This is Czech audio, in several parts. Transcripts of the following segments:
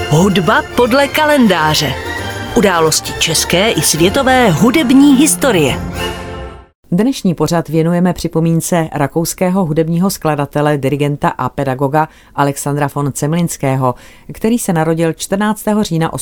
Hudba podle kalendáře. Události české i světové hudební historie. Dnešní pořad věnujeme připomínce rakouského hudebního skladatele, dirigenta a pedagoga Alexandra von Zemlinského, který se narodil 14. října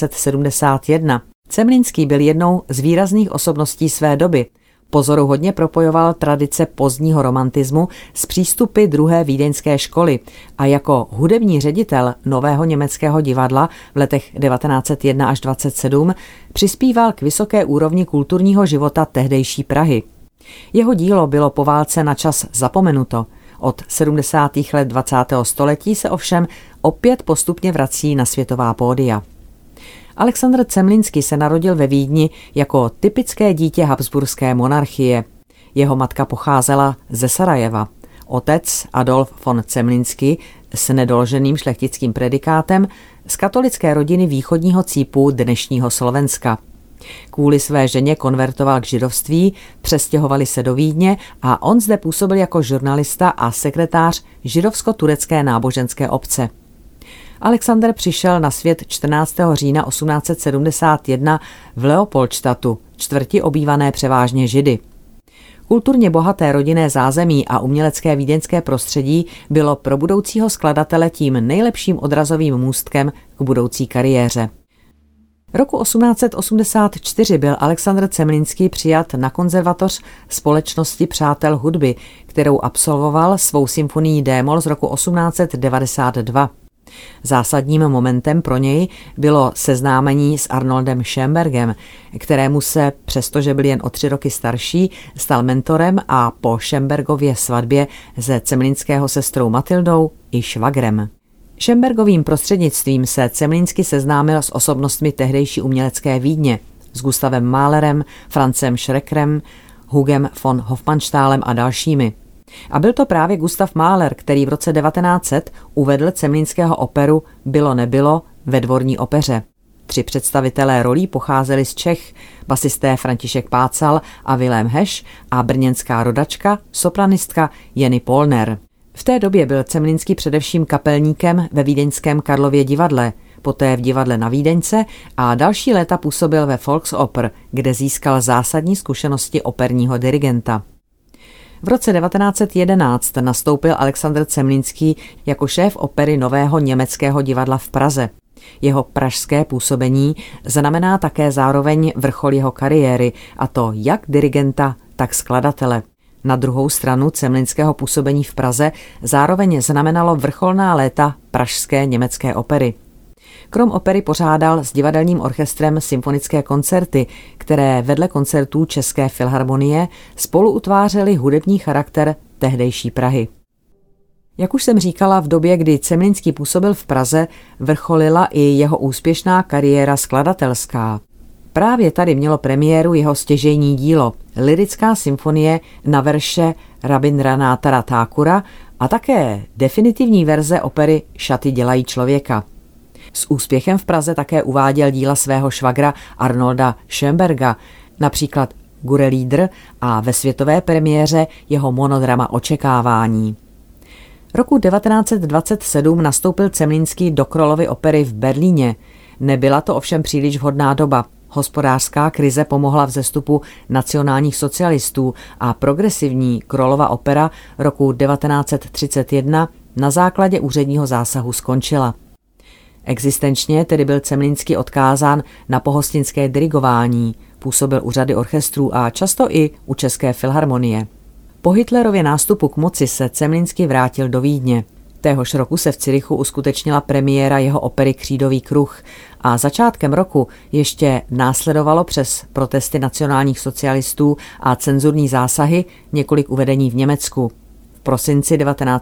1871. Zemlinský byl jednou z výrazných osobností své doby. Pozoruhodně propojoval tradice pozdního romantismu s přístupy druhé vídeňské školy a jako hudební ředitel Nového německého divadla v letech 1901 až 1927 přispíval k vysoké úrovni kulturního života tehdejší Prahy. Jeho dílo bylo po válce na čas zapomenuto. Od 70. let 20. století se ovšem opět postupně vrací na světová pódia. Alexandr Zemlinský se narodil ve Vídni jako typické dítě habsburské monarchie. Jeho matka pocházela ze Sarajeva. Otec Adolf von Zemlinský s nedoloženým šlechtickým predikátem z katolické rodiny východního cípu dnešního Slovenska. Kvůli své ženě konvertoval k židovství, přestěhovali se do Vídně a on zde působil jako žurnalista a sekretář židovsko-turecké náboženské obce. Alexandr přišel na svět 14. října 1871 v Leopoldstadtu, čtvrti obývané převážně Židy. Kulturně bohaté rodinné zázemí a umělecké vídeňské prostředí bylo pro budoucího skladatele tím nejlepším odrazovým můstkem k budoucí kariéře. Roku 1884 byl Alexandr Zemlinský přijat na konzervatoř Společnosti přátel hudby, kterou absolvoval svou symfonií D-moll z roku 1892. Zásadním momentem pro něj bylo seznámení s Arnoldem Schoenbergem, kterému se, přestože byl jen o 3 roky starší, stal mentorem a po Schoenbergově svatbě se Zemlinského sestrou Matildou i švagrem. Schoenbergovým prostřednictvím se Zemlinský seznámil s osobnostmi tehdejší umělecké Vídně, s Gustavem Mahlerem, Franzem Schreckerem, Hugem von Hofmannsthalem a dalšími. A byl to právě Gustav Mahler, který v roce 1900 uvedl Zemlinského operu Bylo nebylo ve dvorní opeře. 3 představitelé rolí pocházeli z Čech, basisté František Pácal a Vilém Heš a brněnská rodačka, sopranistka Jenny Polner. V té době byl Zemlinský především kapelníkem ve vídeňském Karlově divadle, poté v divadle na Vídeňce a další léta působil ve Volksoper, kde získal zásadní zkušenosti operního dirigenta. V roce 1911 nastoupil Alexandr Zemlinský jako šéf opery Nového německého divadla v Praze. Jeho pražské působení znamená také zároveň vrchol jeho kariéry, a to jak dirigenta, tak skladatele. Na druhou stranu Zemlinského působení v Praze zároveň znamenalo vrcholná léta pražské německé opery. Krom opery pořádal s divadelním orchestrem symfonické koncerty, které vedle koncertů České filharmonie spolu utvářely hudební charakter tehdejší Prahy. Jak už jsem říkala, v době, kdy Zemlinský působil v Praze, vrcholila i jeho úspěšná kariéra skladatelská. Právě tady mělo premiéru jeho stěžejní dílo, lyrická symfonie na verše Rabindranáta Thakura a také definitivní verze opery Šaty dělají člověka. S úspěchem v Praze také uváděl díla svého švagra Arnolda Schoenberga, například Gurelieder a ve světové premiéře jeho monodrama Očekávání. Roku 1927 nastoupil Zemlinský do Krolovy opery v Berlíně. Nebyla to ovšem příliš vhodná doba. Hospodářská krize pomohla vzestupu nacionálních socialistů a progresivní Krolova opera roku 1931 na základě úředního zásahu skončila. Existenčně tedy byl Zemlinský odkázán na pohostinské dirigování, působil u řady orchestrů a často i u České filharmonie. Po Hitlerově nástupu k moci se Zemlinský vrátil do Vídně. Téhož roku se v Curychu uskutečnila premiéra jeho opery Křídový kruh a začátkem roku ještě následovalo přes protesty nacionálních socialistů a cenzurní zásahy několik uvedení v Německu. V prosinci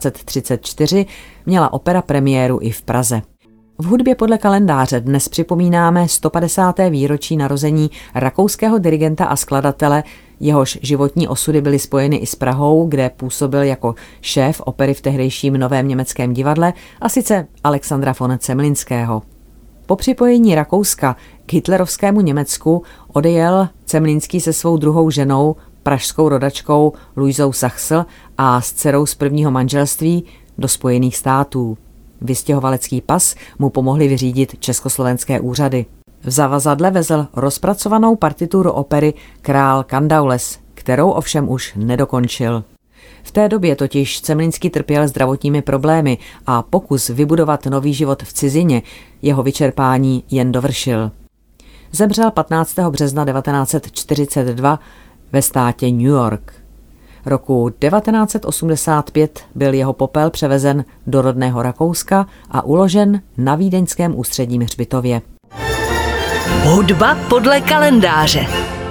1934 měla opera premiéru i v Praze. V hudbě podle kalendáře dnes připomínáme 150. výročí narození rakouského dirigenta a skladatele, jehož životní osudy byly spojeny i s Prahou, kde působil jako šéf opery v tehdejším Novém německém divadle, a sice Alexandra von Zemlinského. Po připojení Rakouska k hitlerovskému Německu odejel Zemlinský se svou druhou ženou, pražskou rodačkou Luisou Sachsel a s dcerou z prvního manželství do Spojených států. Vystěhovalecký pas mu pomohly vyřídit československé úřady. V zavazadle vezl rozpracovanou partituru opery Král Kandaules, kterou ovšem už nedokončil. V té době totiž Cemlinský trpěl zdravotními problémy a pokus vybudovat nový život v cizině jeho vyčerpání jen dovršil. Zemřel 15. března 1942 ve státě New York. Roku 1985 byl jeho popel převezen do rodného Rakouska a uložen na vídeňském ústředním hřbitově. Hudba podle kalendáře.